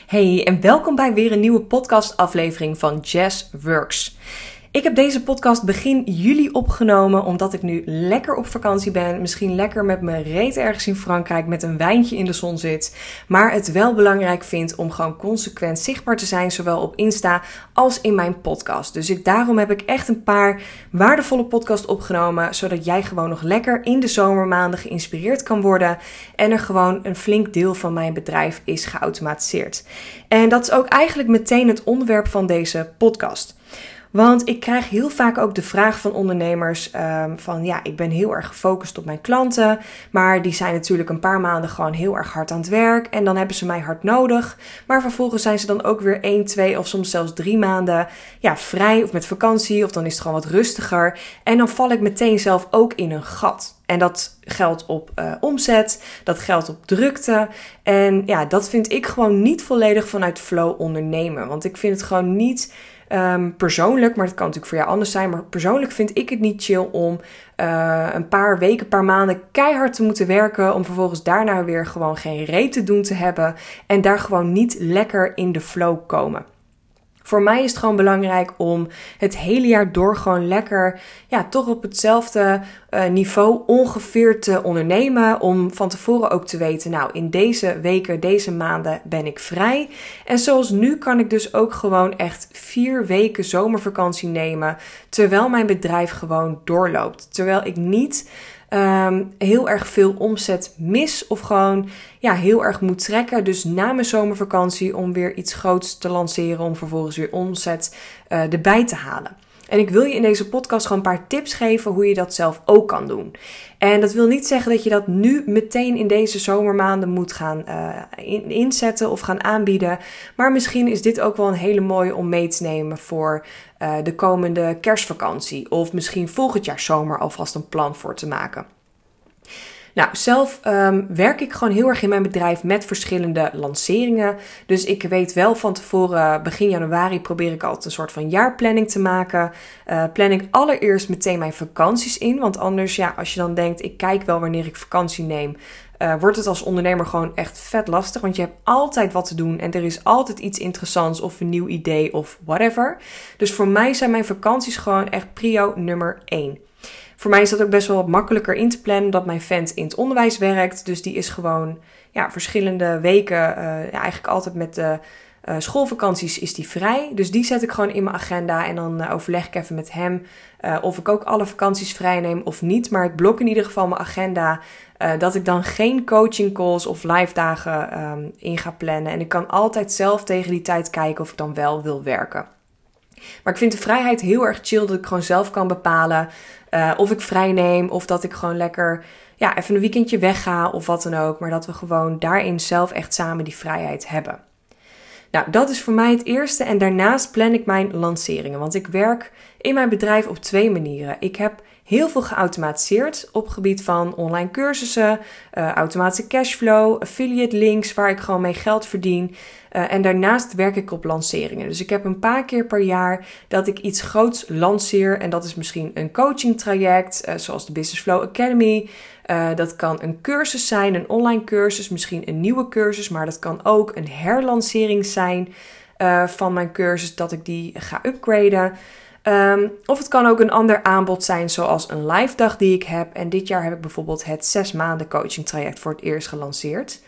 Hey en welkom bij weer een nieuwe podcastaflevering van Jazz Works. Ik heb deze podcast begin juli opgenomen omdat ik nu lekker op vakantie ben. Misschien lekker met mijn reet ergens in Frankrijk met een wijntje in de zon zit. Maar het wel belangrijk vind om gewoon consequent zichtbaar te zijn. Zowel op Insta als in mijn podcast. Dus daarom heb ik echt een paar waardevolle podcasts opgenomen. Zodat jij gewoon nog lekker in de zomermaanden geïnspireerd kan worden. En er gewoon een flink deel van mijn bedrijf is geautomatiseerd. En dat is ook eigenlijk meteen het onderwerp van deze podcast. Want ik krijg heel vaak ook de vraag van ondernemers ik ben heel erg gefocust op mijn klanten. Maar die zijn natuurlijk een paar maanden gewoon heel erg hard aan het werk. En dan hebben ze mij hard nodig. Maar vervolgens zijn ze dan ook weer 1, 2 of soms zelfs 3 maanden vrij of met vakantie. Of dan is het gewoon wat rustiger. En dan val ik meteen zelf ook in een gat. En dat geldt op omzet, dat geldt op drukte. En ja, dat vind ik gewoon niet volledig vanuit flow ondernemen. Want ik vind het gewoon niet persoonlijk, maar het kan natuurlijk voor jou anders zijn. Maar persoonlijk vind ik het niet chill om een paar weken, paar maanden keihard te moeten werken. Om vervolgens daarna weer gewoon geen reet te doen te hebben. En daar gewoon niet lekker in de flow komen. Voor mij is het gewoon belangrijk om het hele jaar door gewoon lekker, toch op hetzelfde niveau ongeveer te ondernemen. Om van tevoren ook te weten, in deze weken, deze maanden ben ik vrij. En zoals nu kan ik dus ook gewoon echt 4 weken zomervakantie nemen. Terwijl mijn bedrijf gewoon doorloopt. Terwijl ik niet heel erg veel omzet mis of gewoon heel erg moet trekken. Dus na mijn zomervakantie om weer iets groots te lanceren om vervolgens weer omzet erbij te halen. En ik wil je in deze podcast gewoon een paar tips geven hoe je dat zelf ook kan doen. En dat wil niet zeggen dat je dat nu meteen in deze zomermaanden moet gaan inzetten of gaan aanbieden. Maar misschien is dit ook wel een hele mooie om mee te nemen voor de komende kerstvakantie. Of misschien volgend jaar zomer alvast een plan voor te maken. Zelf werk ik gewoon heel erg in mijn bedrijf met verschillende lanceringen. Dus ik weet wel van tevoren, begin januari probeer ik altijd een soort van jaarplanning te maken. Plan ik allereerst meteen mijn vakanties in. Want anders, als je dan denkt, ik kijk wel wanneer ik vakantie neem. Wordt het als ondernemer gewoon echt vet lastig. Want je hebt altijd wat te doen en er is altijd iets interessants of een nieuw idee of whatever. Dus voor mij zijn mijn vakanties gewoon echt prio nummer 1. Voor mij is dat ook best wel wat makkelijker in te plannen, omdat mijn vent in het onderwijs werkt. Dus die is gewoon verschillende weken, eigenlijk altijd met de schoolvakanties is die vrij. Dus die zet ik gewoon in mijn agenda en dan overleg ik even met hem of ik ook alle vakanties vrij neem of niet. Maar ik blok in ieder geval mijn agenda dat ik dan geen coaching calls of live dagen in ga plannen. En ik kan altijd zelf tegen die tijd kijken of ik dan wel wil werken. Maar ik vind de vrijheid heel erg chill dat ik gewoon zelf kan bepalen of ik vrij neem of dat ik gewoon lekker even een weekendje wegga of wat dan ook. Maar dat we gewoon daarin zelf echt samen die vrijheid hebben. Dat is voor mij het eerste en daarnaast plan ik mijn lanceringen. Want ik werk in mijn bedrijf op 2 manieren. Ik heb heel veel geautomatiseerd op gebied van online cursussen, automatische cashflow, affiliate links waar ik gewoon mee geld verdien. En daarnaast werk ik op lanceringen. Dus ik heb een paar keer per jaar dat ik iets groots lanceer. En dat is misschien een coaching traject, zoals de Business Flow Academy. Dat kan een cursus zijn, een online cursus, misschien een nieuwe cursus. Maar dat kan ook een herlancering zijn van mijn cursus, dat ik die ga upgraden. Of het kan ook een ander aanbod zijn, zoals een live dag die ik heb. En dit jaar heb ik bijvoorbeeld het 6 maanden coaching traject voor het eerst gelanceerd.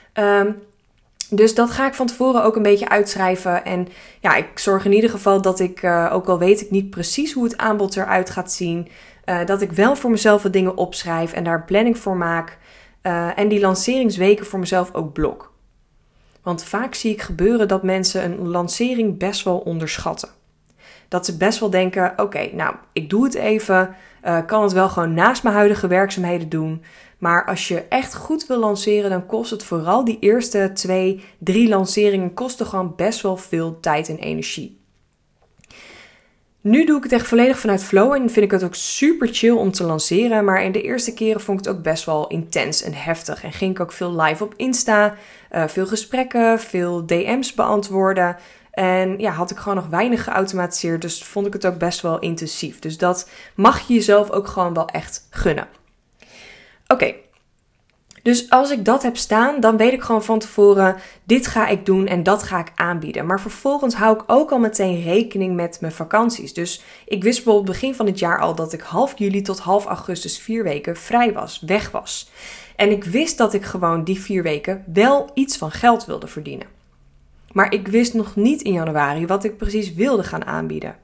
Dus dat ga ik van tevoren ook een beetje uitschrijven. En ik zorg in ieder geval dat ik, ook al weet ik niet precies hoe het aanbod eruit gaat zien, dat ik wel voor mezelf wat dingen opschrijf en daar planning voor maak. En die lanceringsweken voor mezelf ook blok. Want vaak zie ik gebeuren dat mensen een lancering best wel onderschatten. Dat ze best wel denken, oké, ik doe het even. Kan het wel gewoon naast mijn huidige werkzaamheden doen. Maar als je echt goed wil lanceren, dan kost het vooral die eerste 2, 3 lanceringen kosten gewoon best wel veel tijd en energie. Nu doe ik het echt volledig vanuit flow en vind ik het ook super chill om te lanceren. Maar in de eerste keren vond ik het ook best wel intens en heftig. En ging ik ook veel live op Insta, veel gesprekken, veel DM's beantwoorden. En had ik gewoon nog weinig geautomatiseerd, dus vond ik het ook best wel intensief. Dus dat mag je jezelf ook gewoon wel echt gunnen. Oké. Dus als ik dat heb staan, dan weet ik gewoon van tevoren, dit ga ik doen en dat ga ik aanbieden. Maar vervolgens hou ik ook al meteen rekening met mijn vakanties. Dus ik wist bijvoorbeeld begin van het jaar al dat ik half juli tot half augustus 4 weken vrij was, weg was. En ik wist dat ik gewoon die 4 weken wel iets van geld wilde verdienen. Maar ik wist nog niet in januari wat ik precies wilde gaan aanbieden.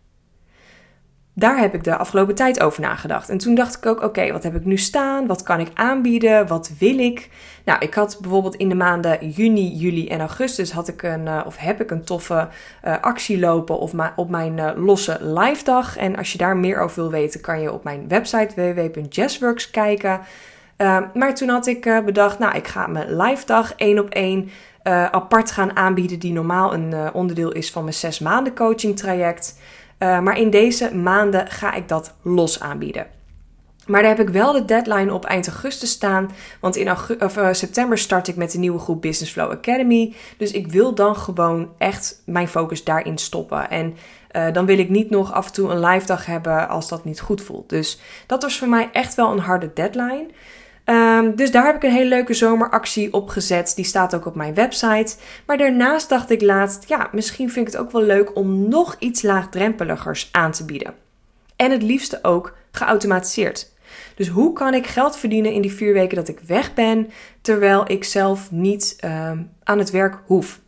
Daar heb ik de afgelopen tijd over nagedacht. En toen dacht ik ook, oké, wat heb ik nu staan? Wat kan ik aanbieden? Wat wil ik? Nou, ik had bijvoorbeeld in de maanden juni, juli en augustus heb ik een toffe actie lopen op mijn losse live dag. En als je daar meer over wil weten, kan je op mijn website www.jazzworks kijken. Maar toen had ik bedacht, nou, ik ga mijn live dag 1-op-1 apart gaan aanbieden, die normaal een onderdeel is van mijn 6 maanden coaching traject. Maar in deze maanden ga ik dat los aanbieden. Maar daar heb ik wel de deadline op eind augustus staan. Want in september start ik met de nieuwe groep Business Flow Academy. Dus ik wil dan gewoon echt mijn focus daarin stoppen. En dan wil ik niet nog af en toe een live dag hebben als dat niet goed voelt. Dus dat was voor mij echt wel een harde deadline. Dus daar heb ik een hele leuke zomeractie op gezet. Die staat ook op mijn website. Maar daarnaast dacht ik laatst, ja, misschien vind ik het ook wel leuk om nog iets laagdrempeligers aan te bieden. En het liefste ook geautomatiseerd. Dus hoe kan ik geld verdienen in die 4 weken dat ik weg ben, terwijl ik zelf niet aan het werk hoef?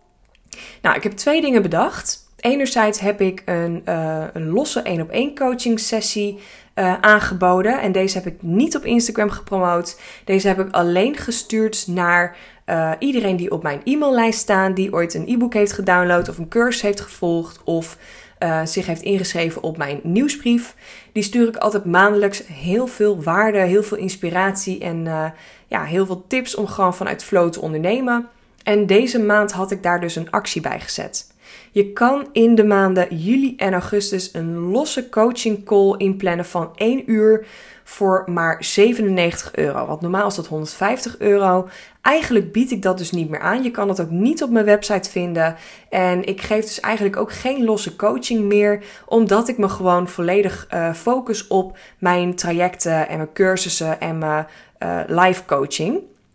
Nou, ik heb 2 dingen bedacht. Enerzijds heb ik een losse 1-op-1 coaching sessie aangeboden. En deze heb ik niet op Instagram gepromoot. Deze heb ik alleen gestuurd naar iedereen die op mijn e-maillijst staan, die ooit een e-book heeft gedownload of een cursus heeft gevolgd of zich heeft ingeschreven op mijn nieuwsbrief. Die stuur ik altijd maandelijks heel veel waarde, heel veel inspiratie en heel veel tips om gewoon vanuit flow te ondernemen. En deze maand had ik daar dus een actie bij gezet. Je kan in de maanden juli en augustus een losse coaching call inplannen van 1 uur voor maar €97. Want normaal is dat €150. Eigenlijk bied ik dat dus niet meer aan. Je kan het ook niet op mijn website vinden. En ik geef dus eigenlijk ook geen losse coaching meer, omdat ik me gewoon volledig focus op mijn trajecten en mijn cursussen en mijn live coaching.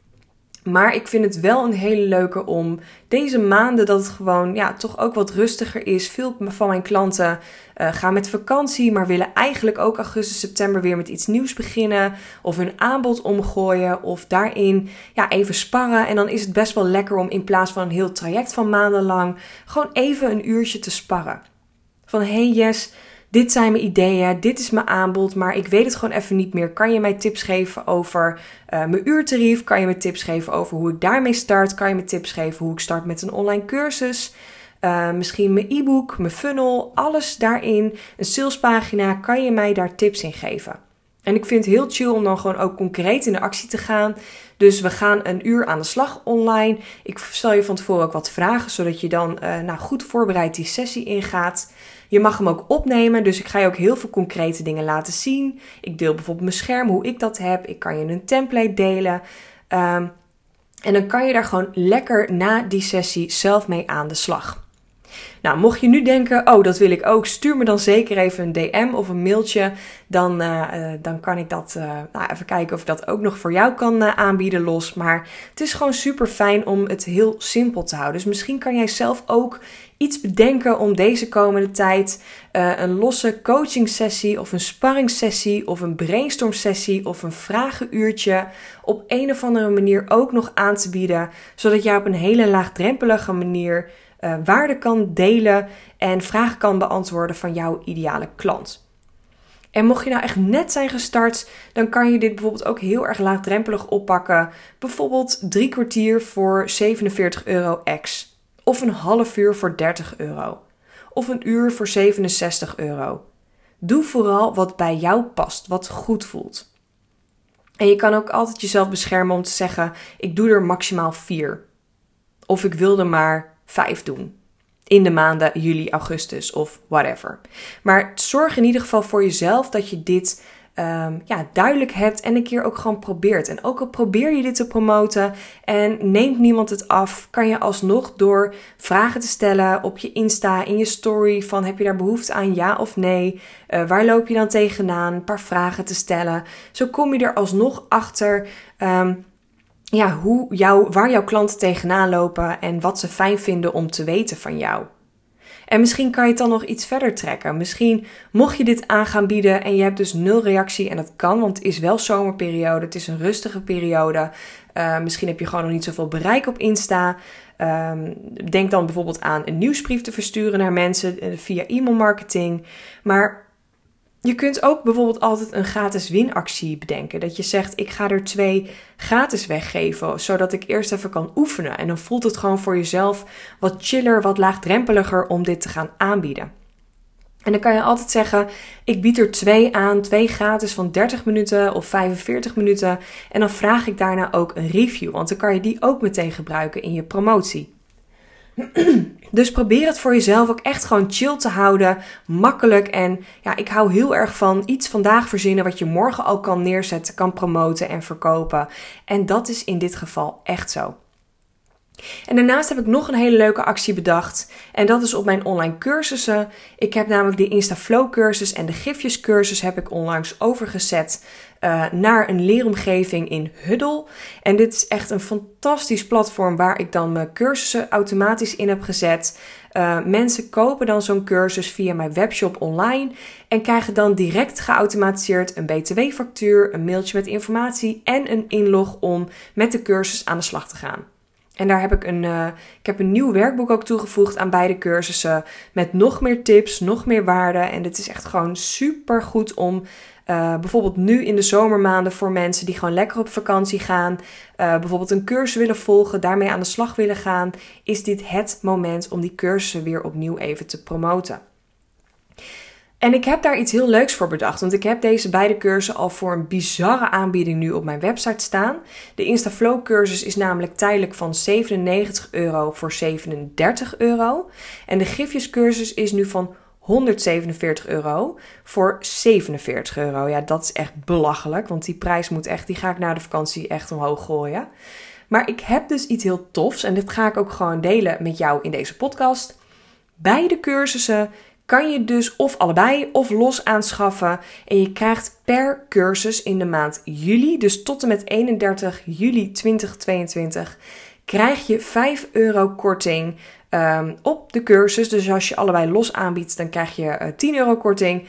Maar ik vind het wel een hele leuke om deze maanden dat het gewoon toch ook wat rustiger is. Veel van mijn klanten gaan met vakantie, maar willen eigenlijk ook augustus, september weer met iets nieuws beginnen. Of hun aanbod omgooien of daarin even sparren. En dan is het best wel lekker om in plaats van een heel traject van maandenlang gewoon even een uurtje te sparren. Van hey Jess, dit zijn mijn ideeën, dit is mijn aanbod, maar ik weet het gewoon even niet meer. Kan je mij tips geven over mijn uurtarief? Kan je me tips geven over hoe ik daarmee start? Kan je me tips geven hoe ik start met een online cursus? Misschien mijn e-book, mijn funnel, alles daarin. Een salespagina, kan je mij daar tips in geven? En ik vind het heel chill om dan gewoon ook concreet in de actie te gaan. Dus we gaan 1 uur aan de slag online. Ik stel je van tevoren ook wat vragen, zodat je dan goed voorbereid die sessie ingaat. Je mag hem ook opnemen, dus ik ga je ook heel veel concrete dingen laten zien. Ik deel bijvoorbeeld mijn scherm, hoe ik dat heb. Ik kan je een template delen. En dan kan je daar gewoon lekker na die sessie zelf mee aan de slag. Nou, mocht je nu denken, oh, dat wil ik ook, stuur me dan zeker even een DM of een mailtje. Dan kan ik dat even kijken of ik dat ook nog voor jou kan aanbieden los. Maar het is gewoon super fijn om het heel simpel te houden. Dus misschien kan jij zelf ook iets bedenken om deze komende tijd een losse coaching sessie of een sparringssessie of een brainstorm sessie of een vragenuurtje op een of andere manier ook nog aan te bieden. Zodat jij op een hele laagdrempelige manier waarde kan delen en vragen kan beantwoorden van jouw ideale klant. En mocht je nou echt net zijn gestart, dan kan je dit bijvoorbeeld ook heel erg laagdrempelig oppakken. Bijvoorbeeld 3 kwartier voor €47 ex. Of een half uur voor €30. Of 1 uur voor €67. Doe vooral wat bij jou past, wat goed voelt. En je kan ook altijd jezelf beschermen om te zeggen, ik doe er maximaal 4. Of ik wil er maar 5 doen. In de maanden juli, augustus of whatever. Maar zorg in ieder geval voor jezelf dat je dit duidelijk hebt en een keer ook gewoon probeert. En ook al probeer je dit te promoten en neemt niemand het af, kan je alsnog door vragen te stellen op je Insta, in je story, van heb je daar behoefte aan, ja of nee? Waar loop je dan tegenaan? Een paar vragen te stellen. Zo kom je er alsnog achter waar jouw klanten tegenaan lopen en wat ze fijn vinden om te weten van jou. En misschien kan je het dan nog iets verder trekken. Misschien mocht je dit aan gaan bieden en je hebt dus 0 reactie. En dat kan, want het is wel zomerperiode. Het is een rustige periode. Misschien heb je gewoon nog niet zoveel bereik op Insta. Denk dan bijvoorbeeld aan een nieuwsbrief te versturen naar mensen via e-mailmarketing. Maar je kunt ook bijvoorbeeld altijd een gratis winactie bedenken. Dat je zegt, ik ga er 2 gratis weggeven, zodat ik eerst even kan oefenen. En dan voelt het gewoon voor jezelf wat chiller, wat laagdrempeliger om dit te gaan aanbieden. En dan kan je altijd zeggen, ik bied er 2 aan, 2 gratis van 30 minuten of 45 minuten. En dan vraag ik daarna ook een review, want dan kan je die ook meteen gebruiken in je promotie. Dus probeer het voor jezelf ook echt gewoon chill te houden, makkelijk. En ik hou heel erg van iets vandaag verzinnen wat je morgen al kan neerzetten, kan promoten en verkopen. En dat is in dit geval echt zo. En daarnaast heb ik nog een hele leuke actie bedacht. En dat is op mijn online cursussen. Ik heb namelijk de Instaflow cursus en de gifjes cursus heb ik onlangs overgezet naar een leeromgeving in Huddle. En dit is echt een fantastisch platform waar ik dan mijn cursussen automatisch in heb gezet. Mensen kopen dan zo'n cursus via mijn webshop online en krijgen dan direct geautomatiseerd een btw-factuur, een mailtje met informatie en een inlog om met de cursus aan de slag te gaan. En daar heb ik een nieuw werkboek ook toegevoegd aan beide cursussen met nog meer tips, nog meer waarde. En dit is echt gewoon super goed om bijvoorbeeld nu in de zomermaanden voor mensen die gewoon lekker op vakantie gaan, bijvoorbeeld een cursus willen volgen, daarmee aan de slag willen gaan, is dit het moment om die cursussen weer opnieuw even te promoten. En ik heb daar iets heel leuks voor bedacht, want ik heb deze beide cursussen al voor een bizarre aanbieding nu op mijn website staan. De Instaflow cursus is namelijk tijdelijk van €97 voor €37. En de gifjes cursus is nu van €147 voor €47. Ja, dat is echt belachelijk, want die prijs die ga ik na de vakantie echt omhoog gooien. Maar ik heb dus iets heel tofs en dit ga ik ook gewoon delen met jou in deze podcast. Beide cursussen kan je dus of allebei of los aanschaffen. En je krijgt per cursus in de maand juli, dus tot en met 31 juli 2022, krijg je €5 korting op de cursus. Dus als je allebei los aanbiedt, dan krijg je €10 korting.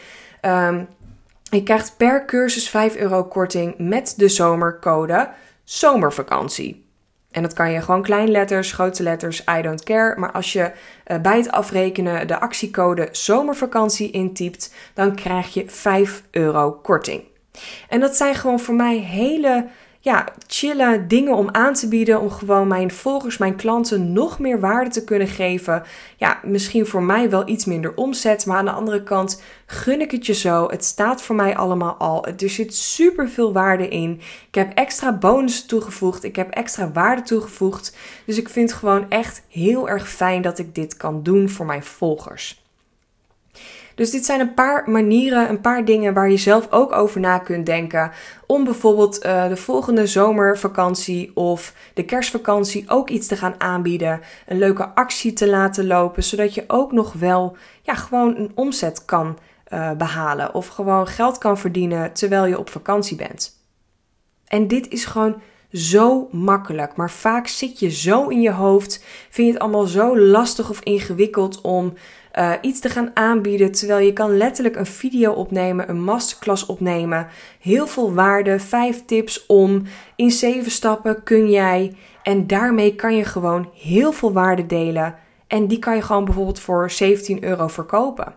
Je krijgt per cursus €5 korting met de zomercode zomervakantie. En dat kan je gewoon kleine letters, grote letters, I don't care. Maar als je bij het afrekenen de actiecode zomervakantie intypt, dan krijg je €5 korting. En dat zijn gewoon voor mij hele chille dingen om aan te bieden, om gewoon mijn volgers, mijn klanten nog meer waarde te kunnen geven. Ja, misschien voor mij wel iets minder omzet, maar aan de andere kant gun ik het je zo. Het staat voor mij allemaal al. Er zit super veel waarde in. Ik heb extra bonussen toegevoegd. Ik heb extra waarde toegevoegd. Dus ik vind het gewoon echt heel erg fijn dat ik dit kan doen voor mijn volgers. Dus dit zijn een paar manieren, een paar dingen waar je zelf ook over na kunt denken. Om bijvoorbeeld de volgende zomervakantie of de kerstvakantie ook iets te gaan aanbieden. Een leuke actie te laten lopen, zodat je ook nog wel gewoon een omzet kan behalen. Of gewoon geld kan verdienen terwijl je op vakantie bent. En dit is gewoon zo makkelijk, maar vaak zit je zo in je hoofd, vind je het allemaal zo lastig of ingewikkeld om iets te gaan aanbieden, terwijl je kan letterlijk een video opnemen, een masterclass opnemen, heel veel waarde, 5 tips om, in 7 stappen kun jij, en daarmee kan je gewoon heel veel waarde delen en die kan je gewoon bijvoorbeeld voor €17 verkopen.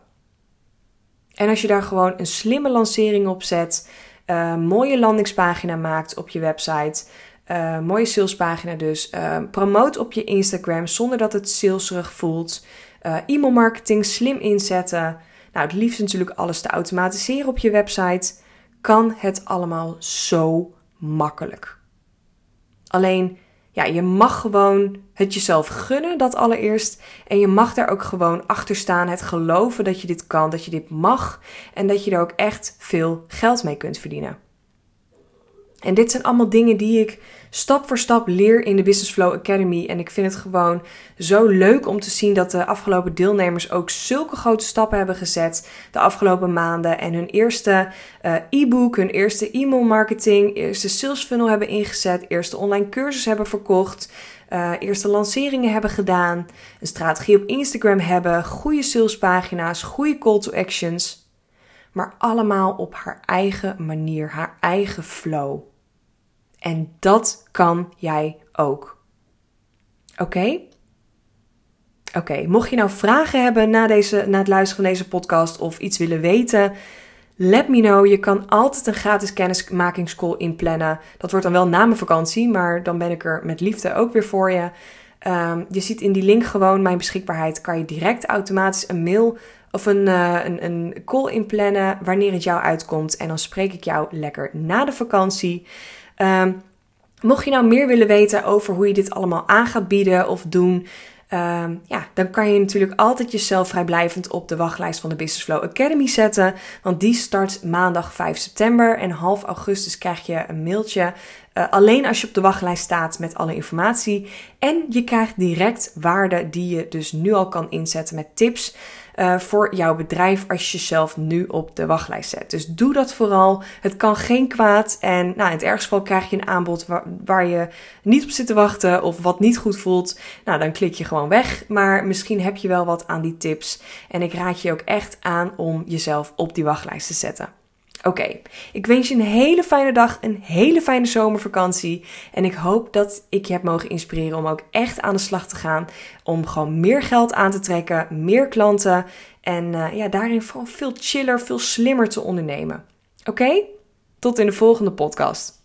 En als je daar gewoon een slimme lancering op zet, mooie landingspagina maakt op je website, mooie salespagina dus, promoot op je Instagram zonder dat het saleserig voelt, e-mailmarketing slim inzetten, nou het liefst natuurlijk alles te automatiseren op je website, kan het allemaal zo makkelijk. Alleen ja, je mag gewoon het jezelf gunnen, dat allereerst. En je mag daar ook gewoon achter staan, het geloven dat je dit kan, dat je dit mag. En dat je er ook echt veel geld mee kunt verdienen. En dit zijn allemaal dingen die ik stap voor stap leer in de Business Flow Academy. En ik vind het gewoon zo leuk om te zien dat de afgelopen deelnemers ook zulke grote stappen hebben gezet de afgelopen maanden. En hun eerste e-book, hun eerste e-mail marketing, eerste sales funnel hebben ingezet, eerste online cursus hebben verkocht, eerste lanceringen hebben gedaan, een strategie op Instagram hebben, goede salespagina's, goede call to actions. Maar allemaal op haar eigen manier, haar eigen flow. En dat kan jij ook. Oké? Oké, mocht je nou vragen hebben na het luisteren van deze podcast of iets willen weten, let me know. Je kan altijd een gratis kennismakingscall inplannen. Dat wordt dan wel na mijn vakantie, maar dan ben ik er met liefde ook weer voor je. Je ziet in die link gewoon mijn beschikbaarheid. Kan je direct automatisch een mail of een call inplannen wanneer het jou uitkomt. En dan spreek ik jou lekker na de vakantie. Mocht je nou meer willen weten over hoe je dit allemaal aan gaat bieden of doen, dan kan je natuurlijk altijd jezelf vrijblijvend op de wachtlijst van de Business Flow Academy zetten. Want die start maandag 5 september en half augustus krijg je een mailtje. Alleen als je op de wachtlijst staat met alle informatie. En je krijgt direct waarde die je dus nu al kan inzetten met tips voor jouw bedrijf als je jezelf nu op de wachtlijst zet. Dus doe dat vooral. Het kan geen kwaad. En in het ergste geval krijg je een aanbod waar je niet op zit te wachten of wat niet goed voelt. Nou, dan klik je gewoon weg. Maar misschien heb je wel wat aan die tips. En ik raad je ook echt aan om jezelf op die wachtlijst te zetten. Oké, ik wens je een hele fijne dag, een hele fijne zomervakantie. En ik hoop dat ik je heb mogen inspireren om ook echt aan de slag te gaan. Om gewoon meer geld aan te trekken, meer klanten. En daarin vooral veel chiller, veel slimmer te ondernemen. Oké? Tot in de volgende podcast.